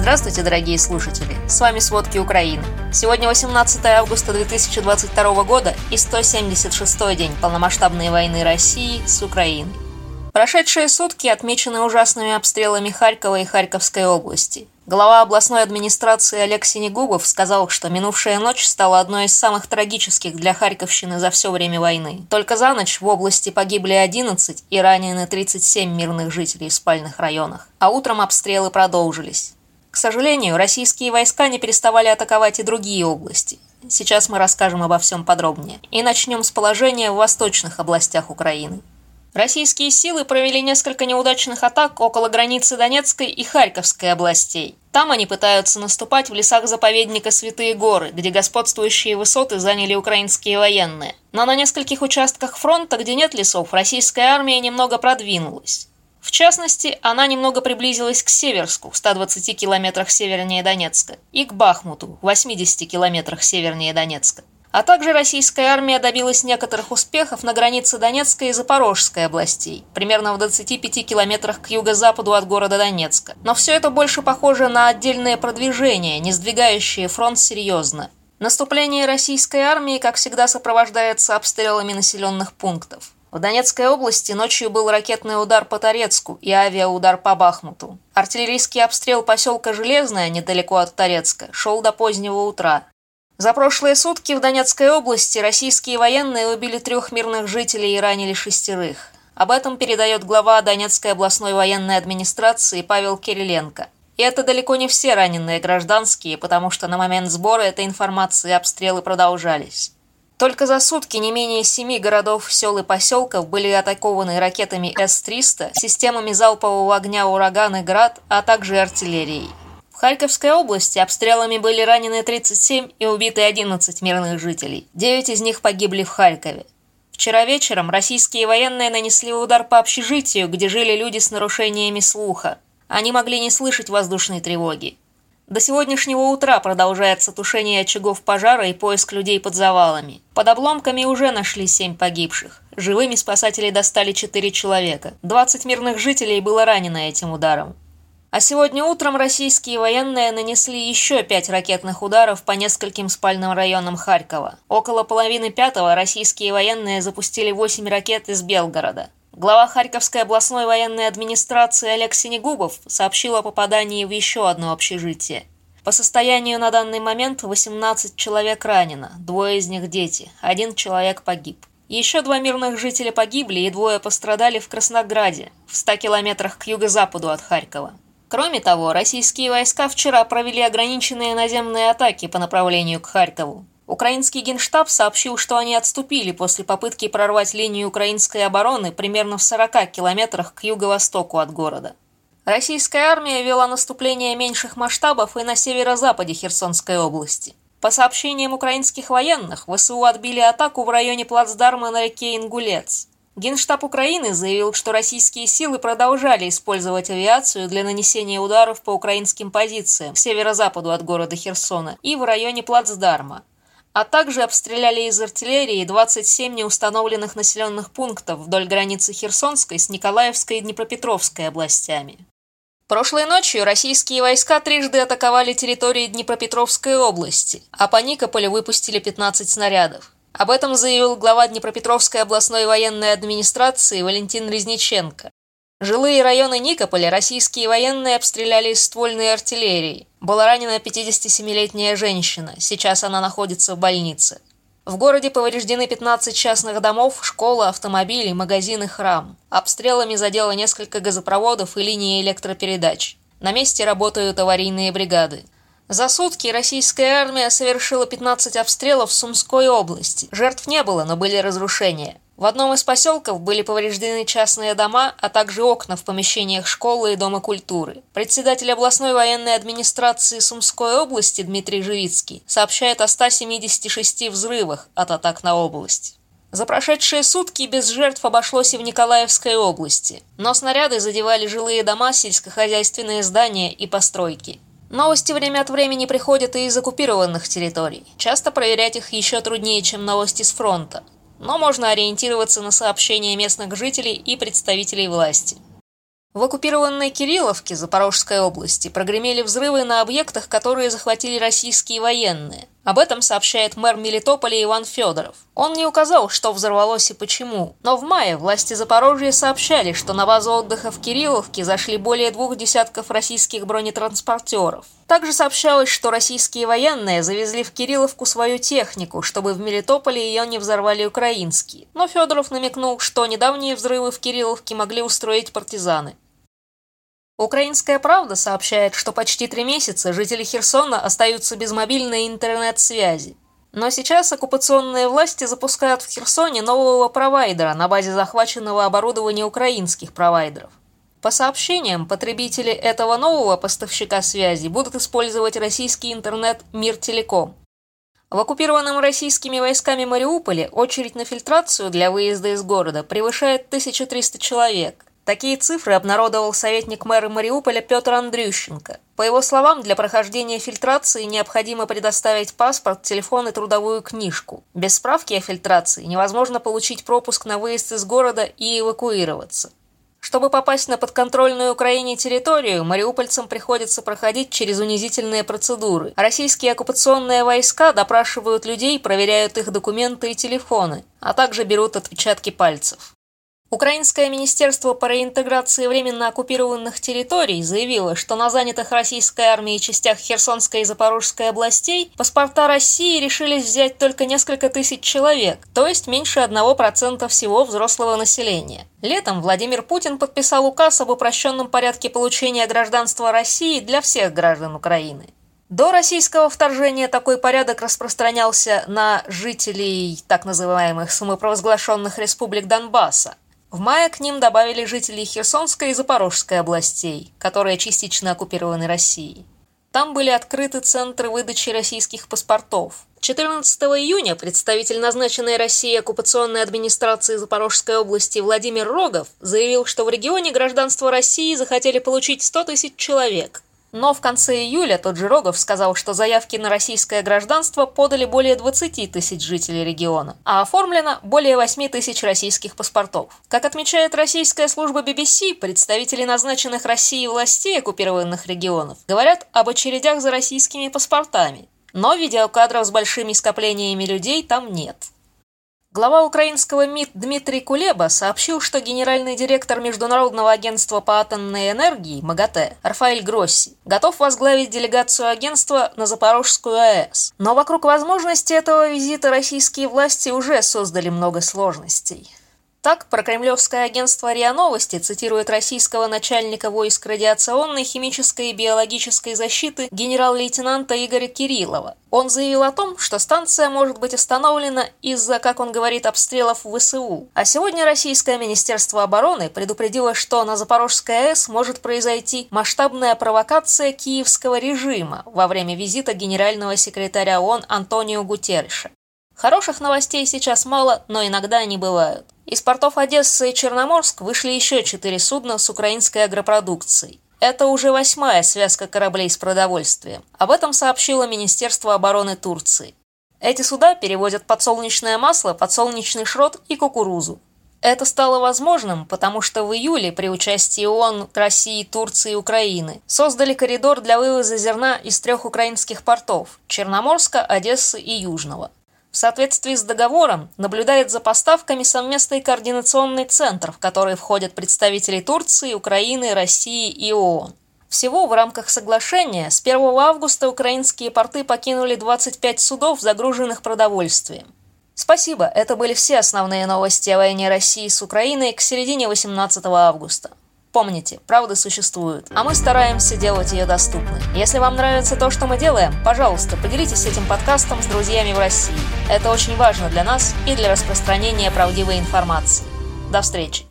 Здравствуйте, дорогие слушатели! С вами «Сводки Украины». Сегодня 18 августа 2022 года и 176-й день полномасштабной войны России с Украиной. Прошедшие сутки отмечены ужасными обстрелами Харькова и Харьковской области. Глава областной администрации Олег Синегубов сказал, что минувшая ночь стала одной из самых трагических для Харьковщины за все время войны. Только за ночь в области погибли 11 и ранены 37 мирных жителей в спальных районах, а утром обстрелы продолжились. К сожалению, российские войска не переставали атаковать и другие области. Сейчас мы расскажем обо всем подробнее. И начнем с положения в восточных областях Украины. Российские силы провели несколько неудачных атак около границы Донецкой и Харьковской областей. Там они пытаются наступать в лесах заповедника Святые Горы, где господствующие высоты заняли украинские военные. Но на нескольких участках фронта, где нет лесов, российская армия немного продвинулась. В частности, она немного приблизилась к Северску, в 120 километрах севернее Донецка, и к Бахмуту, в 80 километрах севернее Донецка. А также российская армия добилась некоторых успехов на границе Донецкой и Запорожской областей, примерно в 25 километрах к юго-западу от города Донецка. Но все это больше похоже на отдельные продвижения, не сдвигающие фронт серьезно. Наступление российской армии, как всегда, сопровождается обстрелами населенных пунктов. В Донецкой области ночью был ракетный удар по Торецку и авиаудар по Бахмуту. Артиллерийский обстрел поселка Железное, недалеко от Торецка, шел до позднего утра. За прошлые сутки в Донецкой области российские военные убили 3 мирных жителей и ранили 6. Об этом передает глава Донецкой областной военной администрации Павел Кириленко. И это далеко не все раненые гражданские, потому что на момент сбора этой информации обстрелы продолжались. Только за сутки не менее 7 городов, сел и поселков были атакованы ракетами С-300, системами залпового огня «Ураган» и «Град», а также артиллерией. В Харьковской области обстрелами были ранены 37 и убиты 11 мирных жителей. 9 из них погибли в Харькове. Вчера вечером российские военные нанесли удар по общежитию, где жили люди с нарушениями слуха. Они могли не слышать воздушной тревоги. До сегодняшнего утра продолжается тушение очагов пожара и поиск людей под завалами. Под обломками уже нашли 7 погибших. Живыми спасатели достали 4 человека. 20 мирных жителей было ранено этим ударом. А сегодня утром российские военные нанесли еще 5 ракетных ударов по нескольким спальным районам Харькова. Около половины 5-го российские военные запустили 8 ракет из Белгорода. Глава Харьковской областной военной администрации Олег Синегубов сообщил о попадании в еще одно общежитие. По состоянию на данный момент 18 человек ранено, 2 из них дети, 1 человек погиб. Еще 2 мирных жителя погибли и 2 пострадали в Краснограде, в 100 километрах к юго-западу от Харькова. Кроме того, российские войска вчера провели ограниченные наземные атаки по направлению к Харькову. Украинский генштаб сообщил, что они отступили после попытки прорвать линию украинской обороны примерно в 40 километрах к юго-востоку от города. Российская армия вела наступление меньших масштабов и на северо-западе Херсонской области. По сообщениям украинских военных, ВСУ отбили атаку в районе плацдарма на реке Ингулец. Генштаб Украины заявил, что российские силы продолжали использовать авиацию для нанесения ударов по украинским позициям к северо-западу от города Херсона и в районе плацдарма. А также обстреляли из артиллерии 27 неустановленных населенных пунктов вдоль границы Херсонской с Николаевской и Днепропетровской областями. Прошлой ночью российские войска трижды атаковали территории Днепропетровской области, а по Никополю выпустили 15 снарядов. Об этом заявил глава Днепропетровской областной военной администрации Валентин Резниченко. Жилые районы Никополя российские военные обстреляли из ствольной артиллерии. Была ранена 57-летняя женщина, сейчас она находится в больнице. В городе повреждены 15 частных домов, школа, автомобили, магазины, храм. Обстрелами задело несколько газопроводов и линии электропередач. На месте работают аварийные бригады. За сутки российская армия совершила 15 обстрелов в Сумской области. Жертв не было, но были разрушения. В одном из поселков были повреждены частные дома, а также окна в помещениях школы и Дома культуры. Председатель областной военной администрации Сумской области Дмитрий Живицкий сообщает о 176 взрывах от атак на область. За прошедшие сутки без жертв обошлось и в Николаевской области, но снаряды задевали жилые дома, сельскохозяйственные здания и постройки. Новости время от времени приходят и из оккупированных территорий. Часто проверять их еще труднее, чем новости с фронта. Но можно ориентироваться на сообщения местных жителей и представителей власти. В оккупированной Кирилловке Запорожской области прогремели взрывы на объектах, которые захватили российские военные. Об этом сообщает мэр Мелитополя Иван Федоров. Он не указал, что взорвалось и почему, но в мае власти Запорожья сообщали, что на базу отдыха в Кирилловке зашли более 2 десятков российских бронетранспортеров. Также сообщалось, что российские военные завезли в Кирилловку свою технику, чтобы в Мелитополе ее не взорвали украинские. Но Федоров намекнул, что недавние взрывы в Кирилловке могли устроить партизаны. «Украинская правда» сообщает, что почти 3 месяца жители Херсона остаются без мобильной интернет-связи. Но сейчас оккупационные власти запускают в Херсоне нового провайдера на базе захваченного оборудования украинских провайдеров. По сообщениям, потребители этого нового поставщика связи будут использовать российский интернет Миртелеком. В оккупированном российскими войсками Мариуполе очередь на фильтрацию для выезда из города превышает 1300 человек. Такие цифры обнародовал советник мэра Мариуполя Петр Андрющенко. По его словам, для прохождения фильтрации необходимо предоставить паспорт, телефон и трудовую книжку. Без справки о фильтрации невозможно получить пропуск на выезд из города и эвакуироваться. Чтобы попасть на подконтрольную Украине территорию, мариупольцам приходится проходить через унизительные процедуры. Российские оккупационные войска допрашивают людей, проверяют их документы и телефоны, а также берут отпечатки пальцев. Украинское министерство по реинтеграции временно оккупированных территорий заявило, что на занятых российской армией частях Херсонской и Запорожской областей паспорта России решились взять только несколько тысяч человек, то есть меньше 1% всего взрослого населения. Летом Владимир Путин подписал указ об упрощенном порядке получения гражданства России для всех граждан Украины. До российского вторжения такой порядок распространялся на жителей так называемых самопровозглашенных республик Донбасса. В мае к ним добавили жителей Херсонской и Запорожской областей, которые частично оккупированы Россией. Там были открыты центры выдачи российских паспортов. 14 июня представитель назначенной Россией оккупационной администрации Запорожской области Владимир Рогов заявил, что в регионе гражданство России захотели получить 100 тысяч человек. Но в конце июля тот же Рогов сказал, что заявки на российское гражданство подали более 20 тысяч жителей региона, а оформлено более 8 тысяч российских паспортов. Как отмечает российская служба BBC, представители назначенных Россией властей оккупированных регионов говорят об очередях за российскими паспортами, но видеокадров с большими скоплениями людей там нет. Глава украинского МИД Дмитрий Кулеба сообщил, что генеральный директор Международного агентства по атомной энергии МАГАТЭ Рафаэль Гросси готов возглавить делегацию агентства на Запорожскую АЭС. Но вокруг возможности этого визита российские власти уже создали много сложностей. Так, прокремлевское агентство РИА Новости цитирует российского начальника войск радиационной, химической и биологической защиты генерал-лейтенанта Игоря Кириллова. Он заявил о том, что станция может быть остановлена из-за, как он говорит, обстрелов ВСУ. А сегодня российское Министерство обороны предупредило, что на Запорожской АЭС может произойти масштабная провокация киевского режима во время визита генерального секретаря ООН Антонио Гутерриша. Хороших новостей сейчас мало, но иногда они бывают. Из портов Одессы и Черноморск вышли еще 4 судна с украинской агропродукцией. Это уже 8-я связка кораблей с продовольствием. Об этом сообщило Министерство обороны Турции. Эти суда перевозят подсолнечное масло, подсолнечный шрот и кукурузу. Это стало возможным, потому что в июле при участии ООН, России, Турции и Украины создали коридор для вывоза зерна из 3 украинских портов – Черноморска, Одессы и Южного. В соответствии с договором наблюдает за поставками совместный координационный центр, в который входят представители Турции, Украины, России и ООН. Всего в рамках соглашения с 1 августа украинские порты покинули 25 судов, загруженных продовольствием. Спасибо, это были все основные новости о войне России с Украиной к середине 18 августа. Помните, правда существует, а мы стараемся делать ее доступной. Если вам нравится то, что мы делаем, пожалуйста, поделитесь этим подкастом с друзьями в России. Это очень важно для нас и для распространения правдивой информации. До встречи!